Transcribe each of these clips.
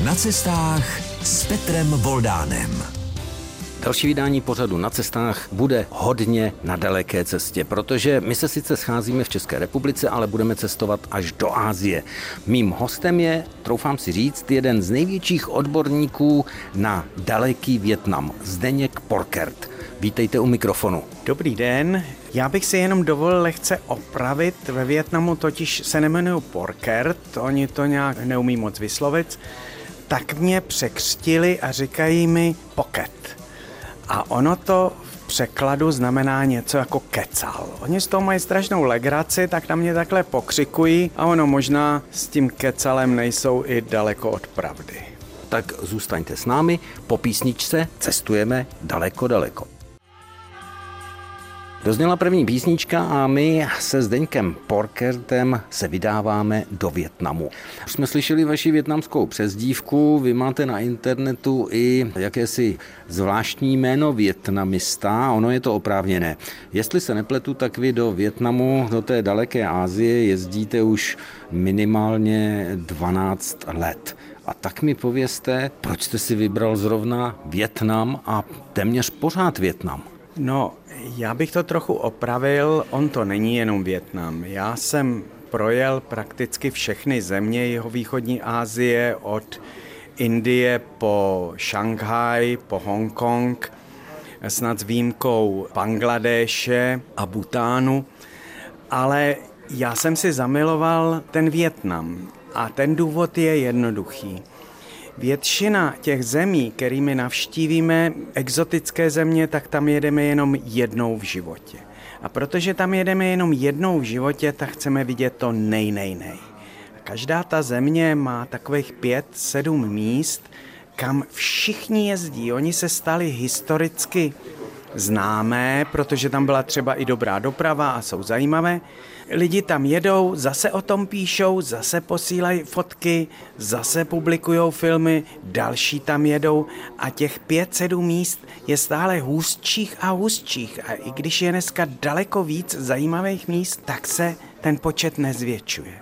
Na cestách s Petrem Voldánem. Další vydání pořadu Na cestách bude hodně na daleké cestě, protože my se sice scházíme v České republice, ale budeme cestovat až do Asie. Mým hostem je, troufám si říct, jeden z největších odborníků na daleký Vietnam, Zdeněk Porkert. Vítejte u mikrofonu. Dobrý den, já bych si jenom dovolil lehce opravit, ve Vietnamu totiž se nejmenuji Porkert, oni to nějak neumí moc vyslovit, tak mě překřtili a říkají mi Pocket. A ono to v překladu znamená něco jako kecal. Oni z toho mají strašnou legraci, tak na mě takhle pokřikují a ono možná s tím kecalem nejsou i daleko od pravdy. Tak zůstaňte s námi, po písničce cestujeme daleko. Dozněla první písnička a my se Zdeňkem Porkertem se vydáváme do Vietnamu. Už jsme slyšeli vaši vietnamskou přezdívku, vy máte na internetu i jakési zvláštní jméno vietnamista, ono je to oprávněné. Jestli se nepletu, tak vy do Vietnamu, do té daleké Asie jezdíte už minimálně 12 let. A tak mi povězte, proč jste si vybral zrovna Vietnam a téměř pořád Vietnam? No, já bych to trochu opravil, on to není jenom Vietnam. Já jsem projel prakticky všechny země jihovýchodní Asie, od Indie po Šanghaj, po Hongkong, snad s výjimkou Bangladéše a Bhutánu, ale já jsem si zamiloval ten Vietnam a ten důvod je jednoduchý. Většina těch zemí, kterými navštívíme, exotické země, tak tam jedeme jenom jednou v životě. A protože tam jedeme jenom jednou v životě, tak chceme vidět to nej. Každá ta země má takových 5-7 míst, kam všichni jezdí. Oni se stali historicky známé, protože tam byla třeba i dobrá doprava a jsou zajímavé. Lidi tam jedou, zase o tom píšou, zase posílají fotky, zase publikujou filmy, další tam jedou a těch 5-7 míst je stále hustších a hustších. A i když je dneska daleko víc zajímavých míst, tak se ten počet nezvětšuje.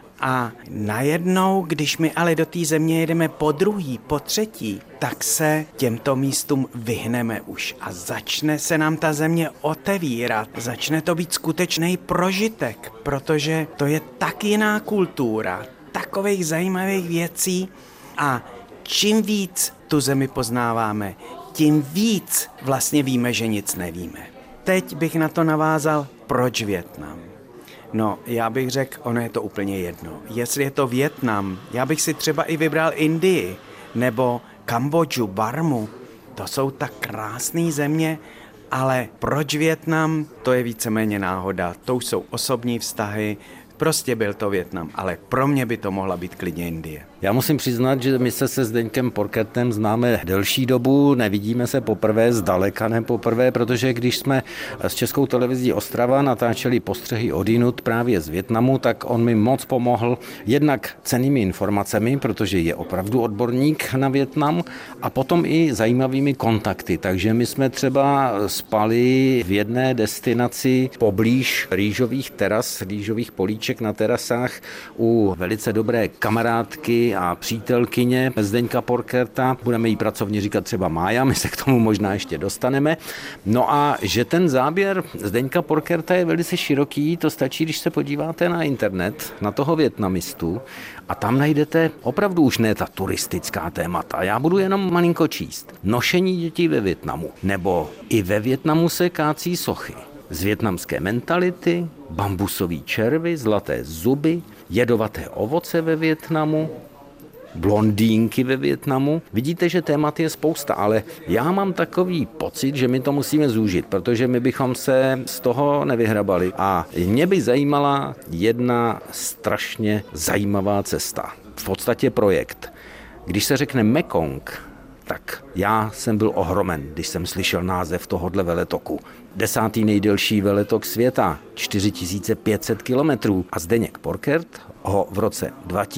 A najednou, když my ale do té země jedeme po druhý, po třetí, tak se těmto místům vyhneme už a začne se nám ta země otevírat. Začne to být skutečný prožitek, protože to je tak jiná kultura, takových zajímavých věcí a čím víc tu zemi poznáváme, tím víc vlastně víme, že nic nevíme. Teď bych na to navázal, proč Vietnam? No, já bych řekl, ono je to úplně jedno. Jestli je to Vietnam, já bych si třeba i vybral Indii, nebo Kambodžu, Barmu. To jsou tak krásné země, ale proč Vietnam, to je víceméně náhoda. To už jsou osobní vztahy, prostě byl to Vietnam, ale pro mě by to mohla být klidně Indie. Já musím přiznat, že my se Zdeňkem Porkertem známe delší dobu, nevidíme se poprvé, zdaleka ne poprvé, protože když jsme s Českou televizí Ostrava natáčeli postřehy odjinud právě z Vietnamu, tak on mi moc pomohl jednak cennými informacemi, protože je opravdu odborník na Vietnam a potom i zajímavými kontakty. Takže my jsme třeba spali v jedné destinaci poblíž rýžových teras, rýžových políček na terasách u velice dobré kamarádky a přítelkyně Zdeňka Porkerta. Budeme jí pracovně říkat třeba Mája, my se k tomu možná ještě dostaneme. No a že ten záběr Zdeňka Porkerta je velice široký, to stačí, když se podíváte na internet, na toho vietnamistu a tam najdete opravdu už ne ta turistická témata. Já budu jenom malinko číst. Nošení dětí ve Vietnamu, nebo i ve Vietnamu se kácí sochy. Z vietnamské mentality, bambusový červy, zlaté zuby, jedovaté ovoce ve Vietnamu, blondýnky ve Vietnamu. Vidíte, že témat je spousta, ale já mám takový pocit, že my to musíme zúžit, protože my bychom se z toho nevyhrabali. A mě by zajímala jedna strašně zajímavá cesta. V podstatě projekt. Když se řekne Mekong, tak já jsem byl ohromen, když jsem slyšel název tohohle veletoku. 10. nejdelší veletok světa, 4500 kilometrů. A Zdeněk Porkert ho v roce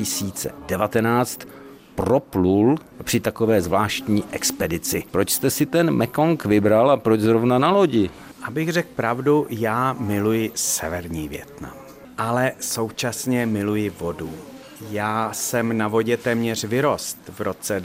2019 proplul při takové zvláštní expedici. Proč jste si ten Mekong vybral a proč zrovna na lodi? Abych řekl pravdu, já miluji severní Vietnam, ale současně miluji vodu. Já jsem na vodě téměř vyrost. V roce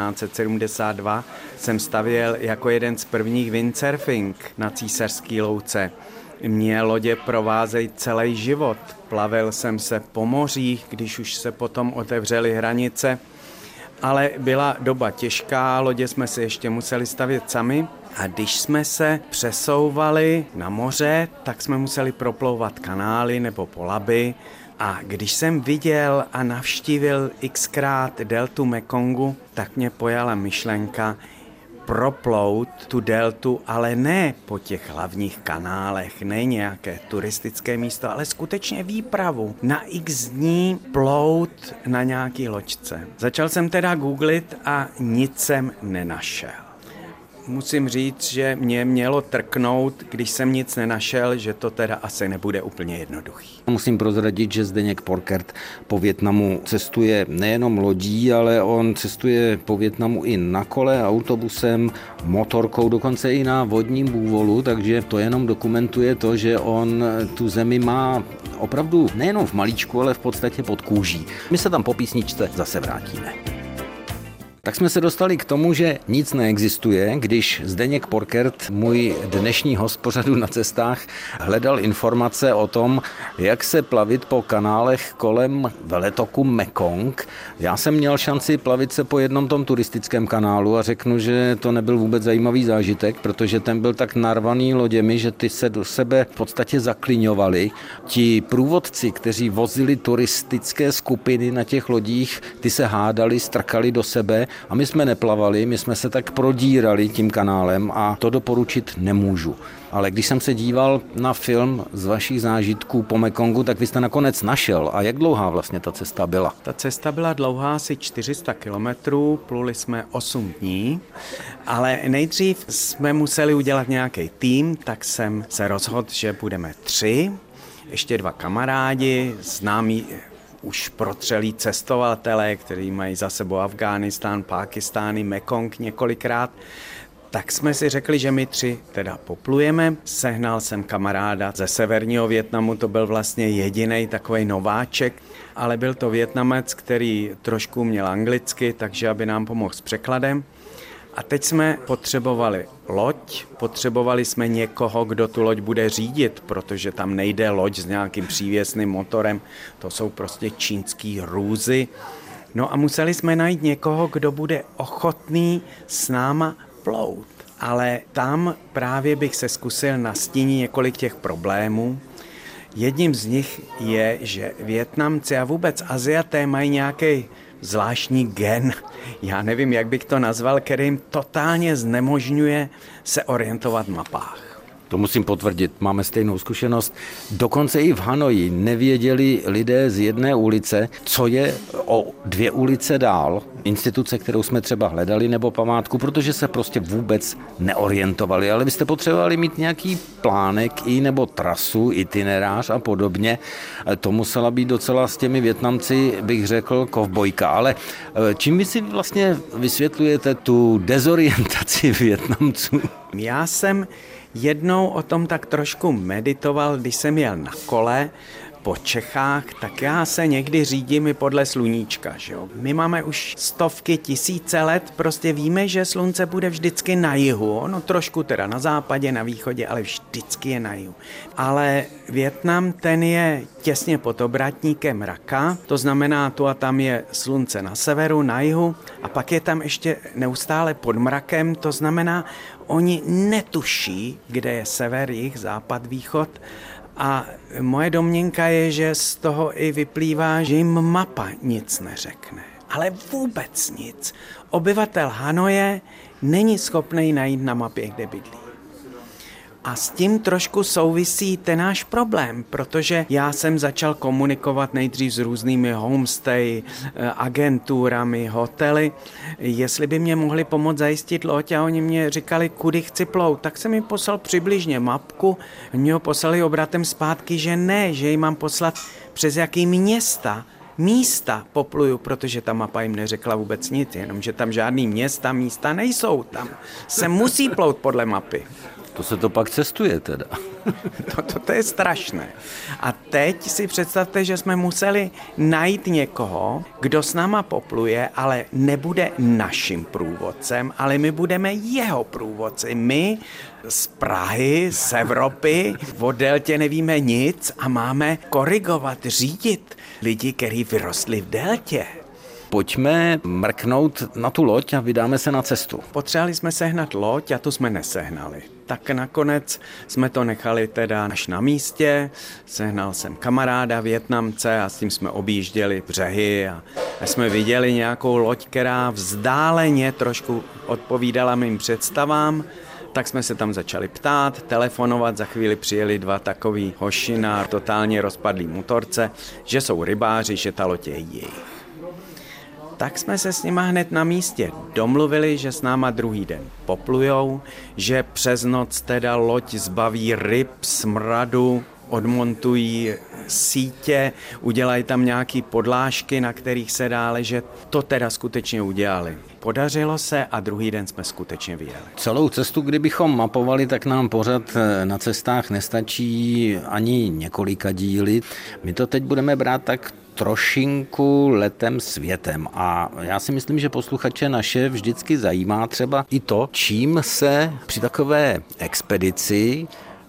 1972 jsem stavěl jako jeden z prvních windsurfing na Císařské louce. Mě lodě provázejí celý život. Plavil jsem se po mořích, když už se potom otevřely hranice. Ale byla doba těžká, lodě jsme si ještě museli stavět sami. A když jsme se přesouvali na moře, tak jsme museli proplouvat kanály nebo polaby. A když jsem viděl a navštívil xkrát deltu Mekongu, tak mě pojala myšlenka proplout tu deltu, ale ne po těch hlavních kanálech, ne nějaké turistické místo, ale skutečně výpravu. Na x dní plout na nějaký loďce. Začal jsem teda googlit a nic jsem nenašel. Musím říct, že mě mělo trknout, když jsem nic nenašel, že to teda asi nebude úplně jednoduchý. Musím prozradit, že Zdeněk Porkert po Vietnamu cestuje nejenom lodí, ale on cestuje po Vietnamu i na kole, autobusem, motorkou, dokonce i na vodním bůvolu, takže to jenom dokumentuje to, že on tu zemi má opravdu nejenom v malíčku, ale v podstatě pod kůží. My se tam po písničce zase vrátíme. Tak jsme se dostali k tomu, že nic neexistuje, když Zdeněk Porkert, můj dnešní host pořadu Na cestách, hledal informace o tom, jak se plavit po kanálech kolem veletoku Mekong. Já jsem měl šanci plavit se po jednom tom turistickém kanálu a řeknu, že to nebyl vůbec zajímavý zážitek, protože ten byl tak narvaný loděmi, že ty se do sebe v podstatě zakliňovali. Ti průvodci, kteří vozili turistické skupiny na těch lodích, ty se hádali, strkali do sebe. A my jsme neplavali, my jsme se tak prodírali tím kanálem a to doporučit nemůžu. Ale když jsem se díval na film z vašich zážitků po Mekongu, tak vy jste nakonec našel. A jak dlouhá vlastně ta cesta byla? Ta cesta byla dlouhá asi 400 kilometrů, pluli jsme 8 dní, ale nejdřív jsme museli udělat nějaký tým, tak jsem se rozhodl, že budeme 3, ještě 2 kamarádi, známí už protřelí cestovatelé, kteří mají za sebou Afghánistán, Pákistán i Mekong několikrát, tak jsme si řekli, že my 3 teda poplujeme. Sehnal jsem kamaráda ze severního Vietnamu, to byl vlastně jediný takovej nováček, ale byl to Vietnamec, který trošku uměl anglicky, takže aby nám pomohl s překladem. A teď jsme potřebovali loď, potřebovali jsme někoho, kdo tu loď bude řídit, protože tam nejde loď s nějakým přívěsným motorem, to jsou prostě čínský hrůzy. No a museli jsme najít někoho, kdo bude ochotný s náma plout. Ale tam právě bych se zkusil nastínit několik těch problémů. Jedním z nich je, že Vietnamci a vůbec Aziaté mají nějaký zvláštní gen, já nevím, jak bych to nazval, který jim totálně znemožňuje se orientovat v mapách. To musím potvrdit, máme stejnou zkušenost. Dokonce i v Hanoji nevěděli lidé z jedné ulice, co je o 2 ulice dál, instituce, kterou jsme třeba hledali, nebo památku, protože se prostě vůbec neorientovali. Ale vy jste potřebovali mít nějaký plánek i nebo trasu, itinerář a podobně. To musela být docela s těmi Vietnamci, bych řekl, kovbojka. Ale čím vy si vlastně vysvětlujete tu dezorientaci Vietnamců? Já jsem jednou o tom tak trošku meditoval, když jsem jel na kole po Čechách, tak já se někdy řídím i podle sluníčka. Že jo? My máme už stovky, tisíce let, prostě víme, že slunce bude vždycky na jihu, no trošku teda na západě, na východě, ale vždycky je na jihu. Ale Vietnam, ten je těsně pod obratníkem Raka, to znamená, tu a tam je slunce na severu, na jihu a pak je tam ještě neustále pod mrakem, to znamená, oni netuší, kde je sever, jih, západ, východ. A moje domněnka je, že z toho i vyplývá, že jim mapa nic neřekne. Ale vůbec nic. Obyvatel Hanoje není schopný najít na mapě, kde bydlí. A s tím trošku souvisí ten náš problém, protože já jsem začal komunikovat nejdřív s různými homestay, agenturami, hotely, jestli by mě mohli pomoct zajistit loď a oni mě říkali, kudy chci plout. Tak jsem jim poslal přibližně mapku, oni ho poslali obratem zpátky, že ne, že jim mám poslat přes jaký místa popluju, protože ta mapa jim neřekla vůbec nic, jenomže tam žádný místa nejsou, tam se musí plout podle mapy. To se to pak cestuje teda. To je strašné. A teď si představte, že jsme museli najít někoho, kdo s náma popluje, ale nebude naším průvodcem, ale my budeme jeho průvodci. My z Prahy, z Evropy, o deltě nevíme nic a máme korigovat, řídit lidi, kteří vyrostli v deltě. Pojďme mrknout na tu loď a vydáme se na cestu. Potřebovali jsme sehnat loď a tu jsme nesehnali. Tak nakonec jsme to nechali teda až na místě. Sehnal jsem kamaráda Vietnamce a s tím jsme objížděli břehy a jsme viděli nějakou loď, která vzdáleně trošku odpovídala mým představám. Tak jsme se tam začali ptát, telefonovat, za chvíli přijeli 2 takový hoši na totálně rozpadlý motorce, že jsou rybáři, že ta loď je jejich. Tak jsme se s nima hned na místě domluvili, že s náma druhý den poplujou, že přes noc teda loď zbaví ryb, smradu, odmontují sítě, udělají tam nějaký podlážky, na kterých se dá ležet. To teda skutečně udělali. Podařilo se a druhý den jsme skutečně vyjeli. Celou cestu, kdybychom mapovali, tak nám pořad na cestách nestačí ani několika díly. My to teď budeme brát tak trošinku letem světem a já si myslím, že posluchače naše vždycky zajímá třeba i to, čím se při takové expedici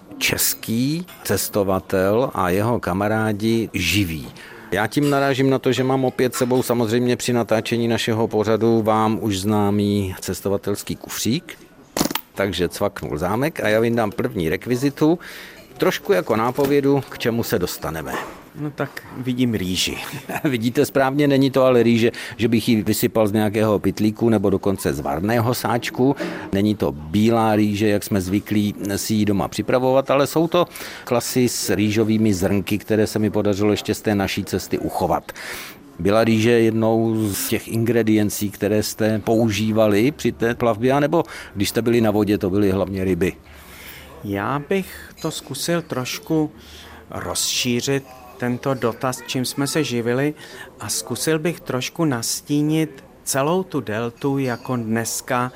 český cestovatel a jeho kamarádi živí. Já tím narážím na to, že mám opět sebou samozřejmě při natáčení našeho pořadu vám už známý cestovatelský kufřík, takže cvaknul zámek a já vyndám první rekvizitu, trošku jako nápovědu, k čemu se dostaneme. No tak vidím rýži. Vidíte správně, není to ale rýže, že bych ji vysypal z nějakého pytlíku nebo dokonce z varného sáčku. Není to bílá rýže, jak jsme zvyklí si ji doma připravovat, ale jsou to klasy s rýžovými zrnky, které se mi podařilo ještě z té naší cesty uchovat. Byla rýže jednou z těch ingrediencí, které jste používali při té plavbě, anebo když jste byli na vodě, to byly hlavně ryby? Já bych to zkusil trošku rozšířit, tento dotaz, čím jsme se živili, a zkusil bych trošku nastínit celou tu deltu jako dneska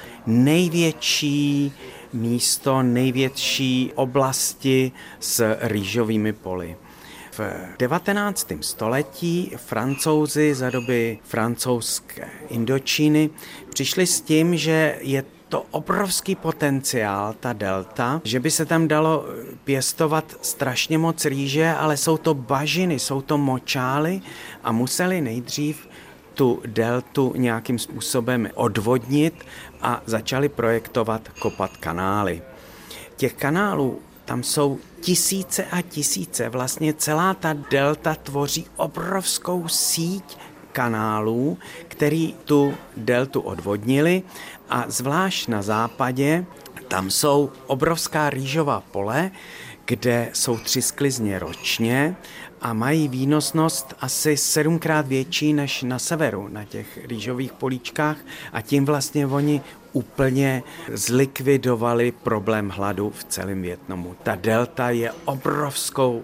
největší místo, největší oblasti s rýžovými poli. V 19. století Francouzi za doby francouzské Indočíny přišli s tím, že je to obrovský potenciál, ta delta, že by se tam dalo pěstovat strašně moc rýže, ale jsou to bažiny, jsou to močály a museli nejdřív tu deltu nějakým způsobem odvodnit a začali projektovat, kopat kanály. Těch kanálů tam jsou tisíce a tisíce, vlastně celá ta delta tvoří obrovskou síť kanálů, který tu deltu odvodnili a zvlášť na západě tam jsou obrovská rýžová pole, kde jsou 3 sklizně ročně a mají výnosnost asi 7krát větší než na severu, na těch rýžových políčkách a tím vlastně oni úplně zlikvidovali problém hladu v celém Vietnamu. Ta delta je obrovskou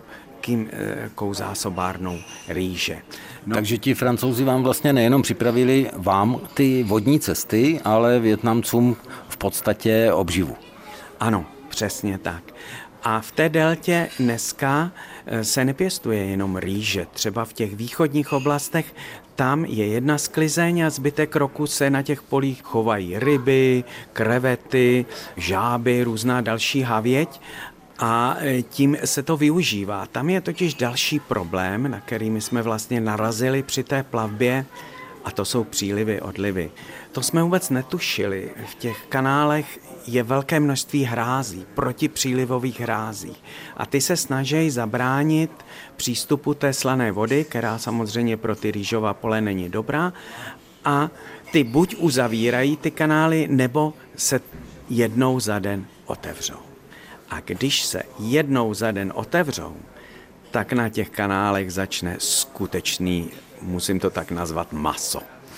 zásobárnou rýže. No. Takže ti Francouzi vám vlastně nejenom připravili vám ty vodní cesty, ale Vietnamcům v podstatě obživu. Ano, přesně tak. A v té deltě dneska se nepěstuje jenom rýže. Třeba v těch východních oblastech tam je jedna sklizeň a zbytek roku se na těch polích chovají ryby, krevety, žáby, různá další havěť. A tím se to využívá. Tam je totiž další problém, na který my jsme vlastně narazili při té plavbě, a to jsou přílivy, odlivy. To jsme vůbec netušili. V těch kanálech je velké množství hrází, protipřílivových hrází. A ty se snaží zabránit přístupu té slané vody, která samozřejmě pro ty rýžová pole není dobrá. A ty buď uzavírají ty kanály, nebo se jednou za den otevřou. A když se jednou za den otevřou, tak na těch kanálech začne skutečný, musím to tak nazvat, maso.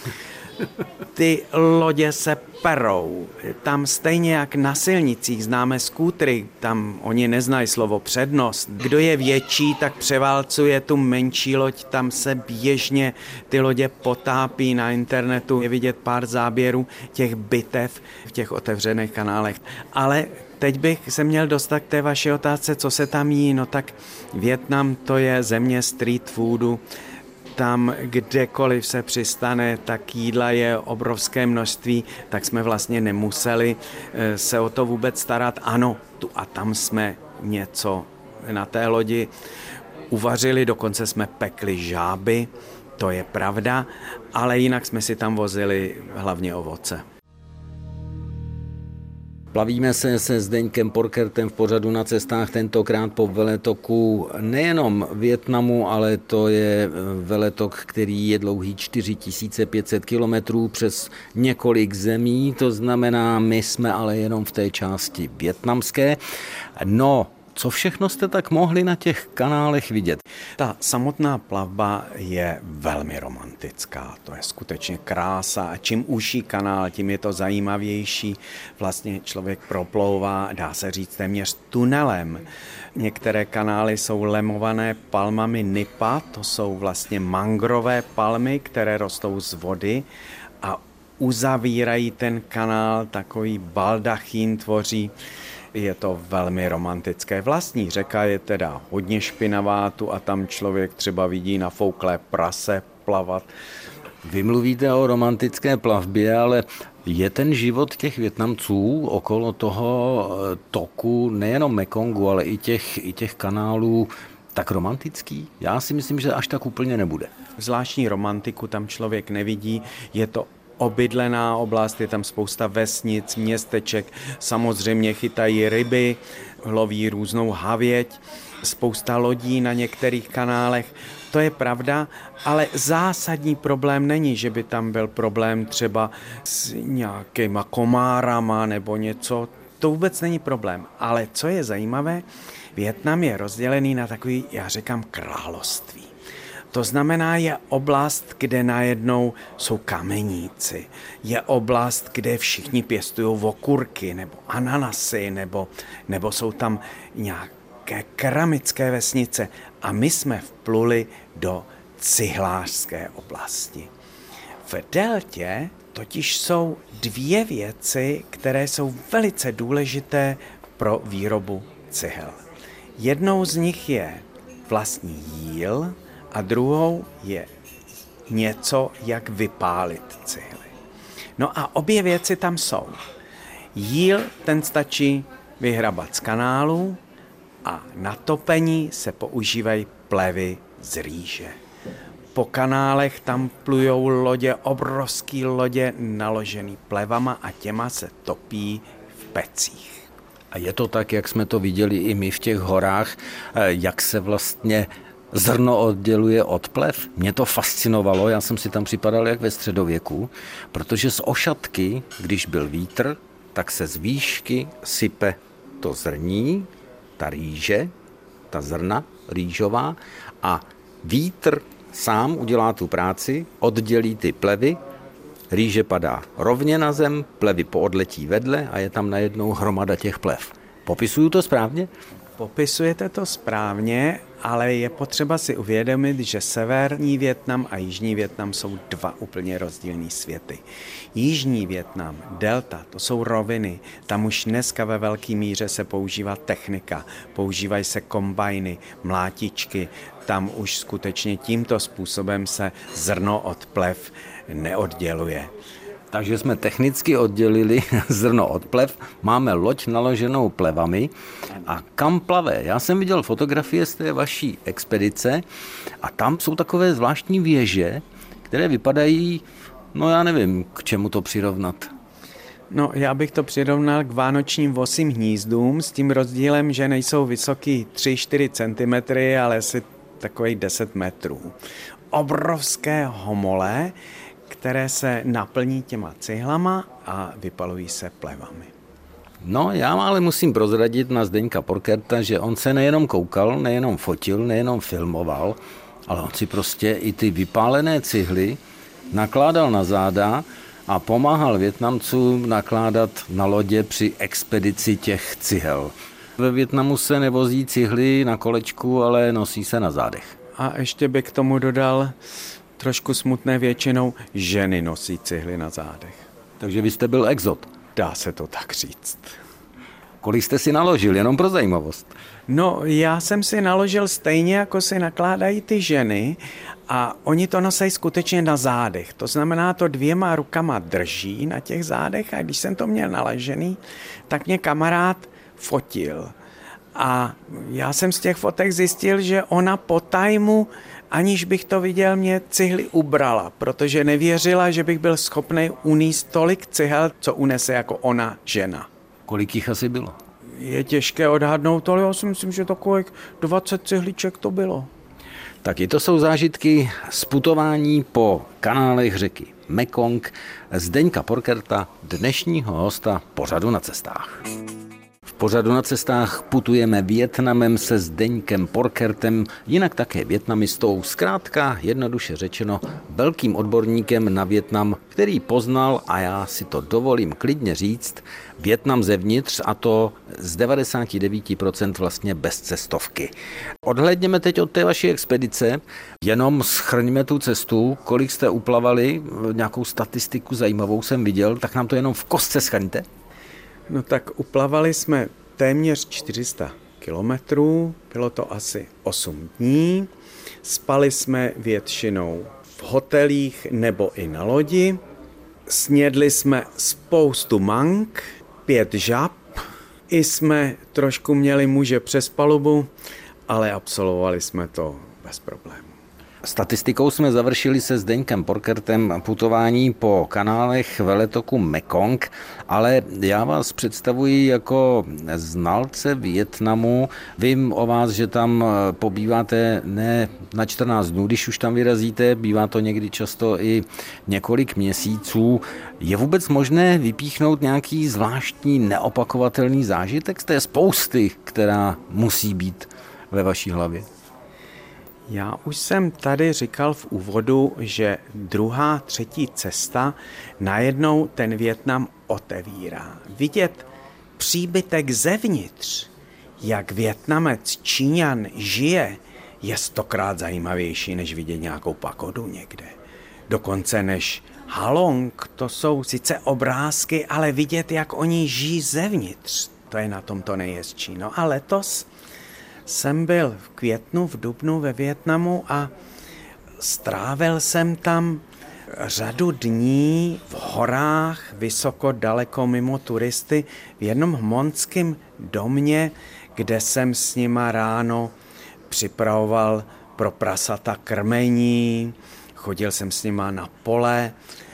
Ty lodě se perou. Tam stejně jak na silnicích známe skútry, tam oni neznají slovo přednost. Kdo je větší, tak převálcuje tu menší loď, tam se běžně ty lodě potápí. Na internetu je vidět pár záběrů těch bitev v těch otevřených kanálech. Ale teď bych se měl dostat k té vaší otázce, co se tam jí. No tak Vietnam to je země street foodu. Tam kdekoliv se přistane, tak jídla je obrovské množství, tak jsme vlastně nemuseli se o to vůbec starat. Ano, tu a tam jsme něco na té lodi uvařili, dokonce jsme pekli žáby, to je pravda, ale jinak jsme si tam vozili hlavně ovoce. Plavíme se Zdeňkem Porkertem v pořadu Na cestách, tentokrát po veletoku nejenom Vietnamu, ale to je veletok, který je dlouhý 4500 kilometrů přes několik zemí, to znamená, my jsme ale jenom v té části vietnamské. No, co všechno jste tak mohli na těch kanálech vidět? Ta samotná plavba je velmi romantická, to je skutečně krása a čím užší kanál, tím je to zajímavější. Vlastně člověk proplouvá, dá se říct, téměř tunelem. Některé kanály jsou lemované palmami nipa, to jsou vlastně mangrové palmy, které rostou z vody a uzavírají ten kanál, takový baldachín tvoří. Je to velmi romantické. Vlastní řeka je teda hodně špinavá, tu a tam člověk třeba vidí nafouklé prase plavat. Vy mluvíte o romantické plavbě, ale je ten život těch Vietnamců okolo toho toku, nejenom Mekongu, ale i těch kanálů, tak romantický? Já si myslím, že až tak úplně nebude. Zvláštní romantiku tam člověk nevidí, je to obydlená oblast, je tam spousta vesnic, městeček, samozřejmě chytají ryby, loví různou havěť, spousta lodí na některých kanálech. To je pravda, ale zásadní problém není, že by tam byl problém třeba s nějakýma komárama nebo něco. To vůbec není problém. Ale co je zajímavé, Vietnam je rozdělený na takový, já říkám, království. To znamená, je oblast, kde najednou jsou kameníci. Je oblast, kde všichni pěstují okurky nebo ananasy, nebo jsou tam nějaké keramické vesnice. A my jsme vpluli do cihlářské oblasti. V deltě totiž jsou dvě věci, které jsou velice důležité pro výrobu cihel. Jednou z nich je vlastní jíl, a druhou je něco, jak vypálit cihly. No a obě věci tam jsou. Jíl, ten stačí vyhrabat z kanálu a na topení se používají plevy z rýže. Po kanálech tam plujou lodě, obrovský lodě naložený plevama a těma se topí v pecích. A je to tak, jak jsme to viděli i my v těch horách, jak se vlastně zrno odděluje od plev. Mě to fascinovalo, já jsem si tam připadal jak ve středověku, protože z ošatky, když byl vítr, tak se z výšky sype to zrní, ta rýže, ta zrna rýžová a vítr sám udělá tu práci, oddělí ty plevy, rýže padá rovně na zem, plevy poodletí vedle a je tam najednou hromada těch plev. Popisuju to správně? Popisujete to správně, ale je potřeba si uvědomit, že severní Vietnam a jižní Vietnam jsou dva úplně rozdílný světy. Jižní Vietnam, delta, to jsou roviny, tam už dneska ve velké míře se používá technika, používají se kombajny, mlátičky, tam už skutečně tímto způsobem se zrno od plev neodděluje. Takže jsme technicky oddělili zrno od plev, máme loď naloženou plevami a kam plave? Já jsem viděl fotografie z té vaší expedice a tam jsou takové zvláštní věže, které vypadají, no já nevím, k čemu to přirovnat. No, já bych to přirovnal k vánočním vosím hnízdům s tím rozdílem, že nejsou vysoký 3-4 cm, ale asi takových 10 metrů. Obrovské homole, které se naplní těma cihlama a vypalují se plevami. No, já ale musím prozradit na Zdeňka Porkerta, že on se nejenom koukal, nejenom fotil, nejenom filmoval, ale on si prostě i ty vypálené cihly nakládal na záda a pomáhal Vietnamcům nakládat na lodě při expedici těch cihel. Ve Vietnamu se nevozí cihly na kolečku, ale nosí se na zádech. A ještě bych k tomu dodal, trošku smutné, většinou ženy nosí cihly na zádech. Takže vy jste byl exot. Dá se to tak říct. Kolik jste si naložil, jenom pro zajímavost? No, já jsem si naložil stejně, jako si nakládají ty ženy a oni to nosejí skutečně na zádech. To znamená, to 2 rukama drží na těch zádech a když jsem to měl naložený, tak mě kamarád fotil. A já jsem z těch fotek zjistil, že ona po tajmu, aniž bych to viděl, mě cihly ubrala, protože nevěřila, že bych byl schopný unést tolik cihel, co unese jako ona žena. Kolik jich asi bylo? Je těžké odhadnout, ale já si myslím, že takových 20 cihliček to bylo. Taky to jsou zážitky z putování po kanálech řeky Mekong Zdeňka Porkerta, dnešního hosta Pořadu na cestách. V Pořadu na cestách putujeme Vietnamem se Zdeňkem Porkertem, jinak také vietnamistou, zkrátka jednoduše řečeno velkým odborníkem na Vietnam, který poznal, a já si to dovolím klidně říct, Vietnam zevnitř, a to z 99% vlastně bez cestovky. Odhlédněme teď od té vaší expedice, jenom shrňme tu cestu, kolik jste uplavali, nějakou statistiku zajímavou jsem viděl, tak nám to jenom v kostce shrňte. No tak uplavali jsme téměř 400 kilometrů, bylo to asi 8 dní, spali jsme většinou v hotelích nebo i na lodi, snědli jsme spoustu mang, 5 žab, i jsme trošku měli muže přes palubu, ale absolvovali jsme to bez problémů. Statistikou jsme završili se Zdeňkem Porkertem putování po kanálech veletoku Mekong, ale já vás představuji jako znalce Vietnamu. Vím o vás, že tam pobýváte ne na 14 dnů, když už tam vyrazíte, bývá to někdy často i několik měsíců. Je vůbec možné vypíchnout nějaký zvláštní neopakovatelný zážitek z té spousty, která musí být ve vaší hlavě? Já už jsem tady říkal v úvodu, že druhá, třetí cesta najednou ten Vietnam otevírá. Vidět příbytek zevnitř, jak Vietnamec, Číňan žije, je 100krát zajímavější, než vidět nějakou pagodu někde. Dokonce než Halong, to jsou sice obrázky, ale vidět, jak oni žijí zevnitř, to je na tom to nejhezčí. No a letos jsem byl v květnu, v dubnu ve Vietnamu a strávil jsem tam řadu dní v horách, vysoko, daleko mimo turisty, v jednom hmonském domě, kde jsem s nima ráno připravoval pro prasata krmení, chodil jsem s nima na pole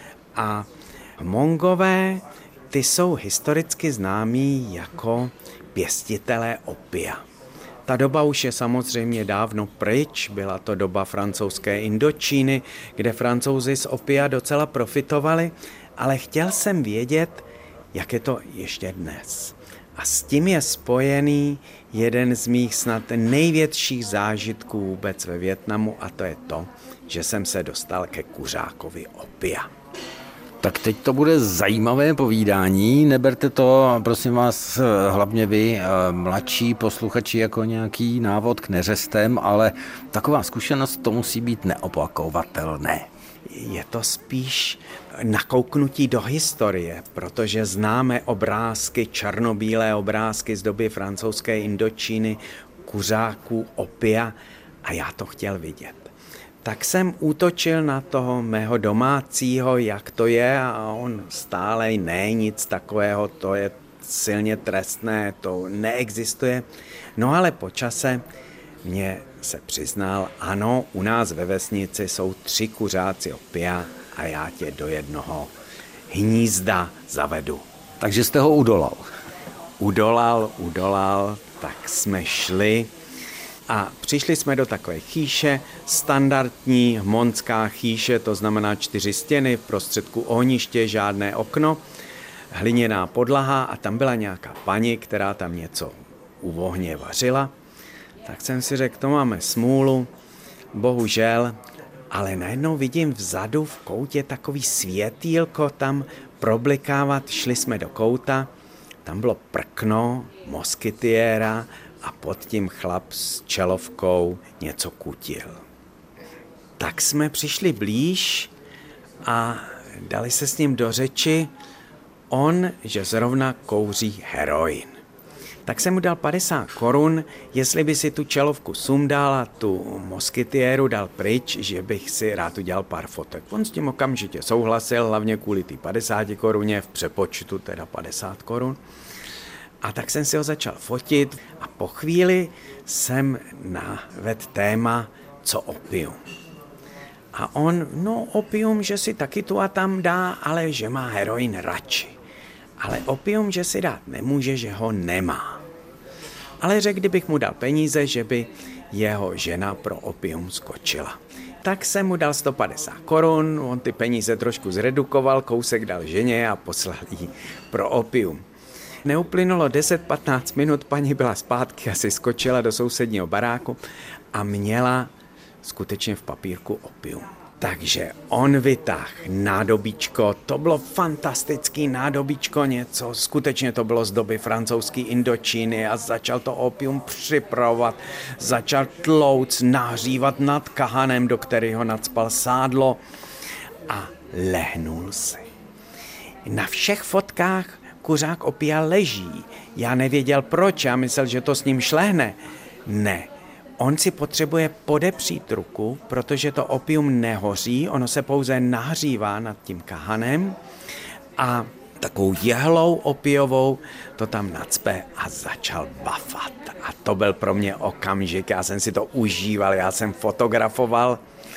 a Hmongové, ty jsou historicky známí jako pěstitelé opia. Ta doba už je samozřejmě dávno pryč, byla to doba francouzské Indočíny, kde Francouzi z opia docela profitovali, ale chtěl jsem vědět, jak je to ještě dnes. A s tím je spojený jeden z mých snad největších zážitků vůbec ve Vietnamu, a to je to, že jsem se dostal ke kuřákovi opia. Tak teď to bude zajímavé povídání, neberte to, prosím vás, hlavně vy, mladší posluchači, jako nějaký návod k neřestem, ale taková zkušenost to musí být neopakovatelné. Je to spíš nakouknutí do historie, protože známe obrázky, černobílé obrázky z doby francouzské Indočíny, kuřáků opia, a já to chtěl vidět. Tak jsem útočil na toho mého domácího, jak to je, a on stále ne, nic takového, to je silně trestné, to neexistuje. No ale po čase mě se přiznal, ano, u nás ve vesnici jsou 3 kuřáci opia a já tě do jednoho hnízda zavedu. Takže jste ho udolal. Udolal, tak jsme šli a přišli jsme do takové chýše, standardní hmonská chýše, to znamená 4 stěny, v prostředku ohniště, žádné okno, hliněná podlaha a tam byla nějaká paní, která tam něco u ohně vařila. Tak jsem si řekl, to máme smůlu, bohužel, ale najednou vidím vzadu v koutě takový světýlko tam problikávat, šli jsme do kouta, tam bylo prkno, moskytiéra a pod tím chlap s čelovkou něco kutil. Tak jsme přišli blíž a dali se s ním do řeči, on, že zrovna kouří heroin. Tak jsem mu dal 50 korun, jestli by si tu čelovku sundal a tu moskytiéru dal pryč, že bych si rád udělal pár fotek. On s tím okamžitě souhlasil, hlavně kvůli té 50 koruně, v přepočtu teda 50 korun. A tak jsem si ho začal fotit a po chvíli jsem navedl téma, co opium. A on, opium, že si taky tu a tam dá, ale že má heroin radši. Ale opium, že si dát nemůže, že ho nemá. Ale řekl, kdybych mu dal peníze, že by jeho žena pro opium skočila. Tak jsem mu dal 150 korun, on ty peníze trošku zredukoval, kousek dal ženě a poslal jí pro opium. Neuplynulo 10-15 minut, paní byla zpátky, asi skočila do sousedního baráku a měla skutečně v papírku opium. Takže on vytáhl nádobíčko, to bylo fantastický nádobíčko, něco, skutečně to bylo z doby francouzské Indočíny a začal to opium připravovat, začal tlouct, nahřívat nad kahanem, do kterého nacpal sádlo a lehnul si. Na všech fotkách kuřák opia leží. Já nevěděl proč, já myslel, že to s ním šlehne. Ne. On si potřebuje podepřít ruku, protože to opium nehoří, ono se pouze nahřívá nad tím kahanem a takovou jehlou opiovou to tam nacpe a začal bafat. A to byl pro mě okamžik, já jsem si to užíval, já jsem fotografoval.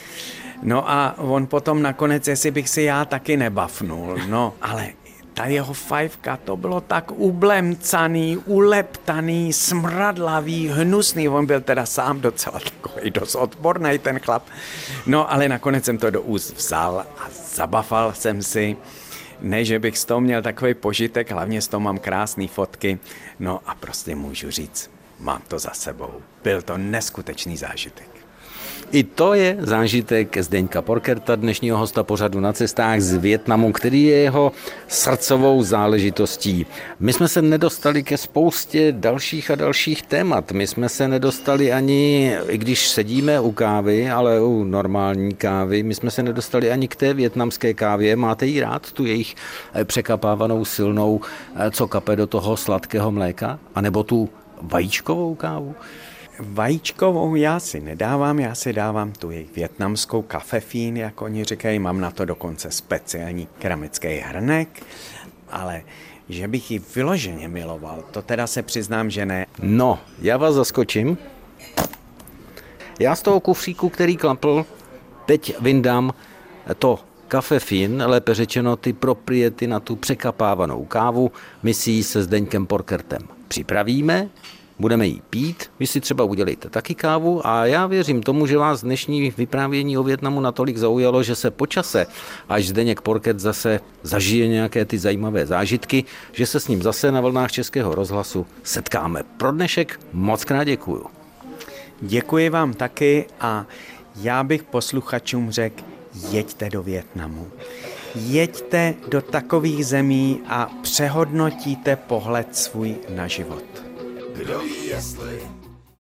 No a on potom nakonec, jestli bych si já taky nebafnul, ale ta jeho fajfka, to bylo tak ublemcaný, uleptaný, smradlavý, hnusný. On byl teda sám docela takový dost odborný ten chlap. No ale nakonec jsem to do úst vzal a zabafal jsem si. Ne, že bych z toho měl takový požitek, hlavně z toho mám krásné fotky. No a prostě můžu říct, mám to za sebou. Byl to neskutečný zážitek. I to je zážitek Zdeňka Porkerta, dnešního hosta pořadu Na cestách z Vietnamu, který je jeho srdcovou záležitostí. My jsme se nedostali ke spoustě dalších a dalších témat. My jsme se nedostali ani, i když sedíme u kávy, ale u normální kávy, my jsme se nedostali ani k té vietnamské kávě. Máte ji rád, tu jejich překapávanou silnou, co kape do toho sladkého mléka? A nebo tu vajíčkovou kávu? Vajíčkovou já si nedávám, já si dávám tu jejich vietnamskou kafefín, jak oni říkají, mám na to dokonce speciální keramický hrnek, ale že bych ji vyloženě miloval, to teda se přiznám, že ne. No, já vás zaskočím. Já z toho kufříku, který klapl, teď vyndám to kafefín, lépe řečeno ty propriety na tu překapávanou kávu, my si ji se Zdeňkem Porkertem připravíme, budeme jí pít, vy si třeba udělejte taky kávu a já věřím tomu, že vás dnešní vyprávění o Vietnamu natolik zaujalo, že se po čase, až Zdeněk Porkert zase zažije nějaké ty zajímavé zážitky, že se s ním zase na vlnách Českého rozhlasu setkáme. Pro dnešek moc krát děkuju. Děkuji vám taky a já bych posluchačům řekl, jeďte do Vietnamu. Jeďte do takových zemí a přehodnotíte pohled svůj na život. Kdo ví, jestli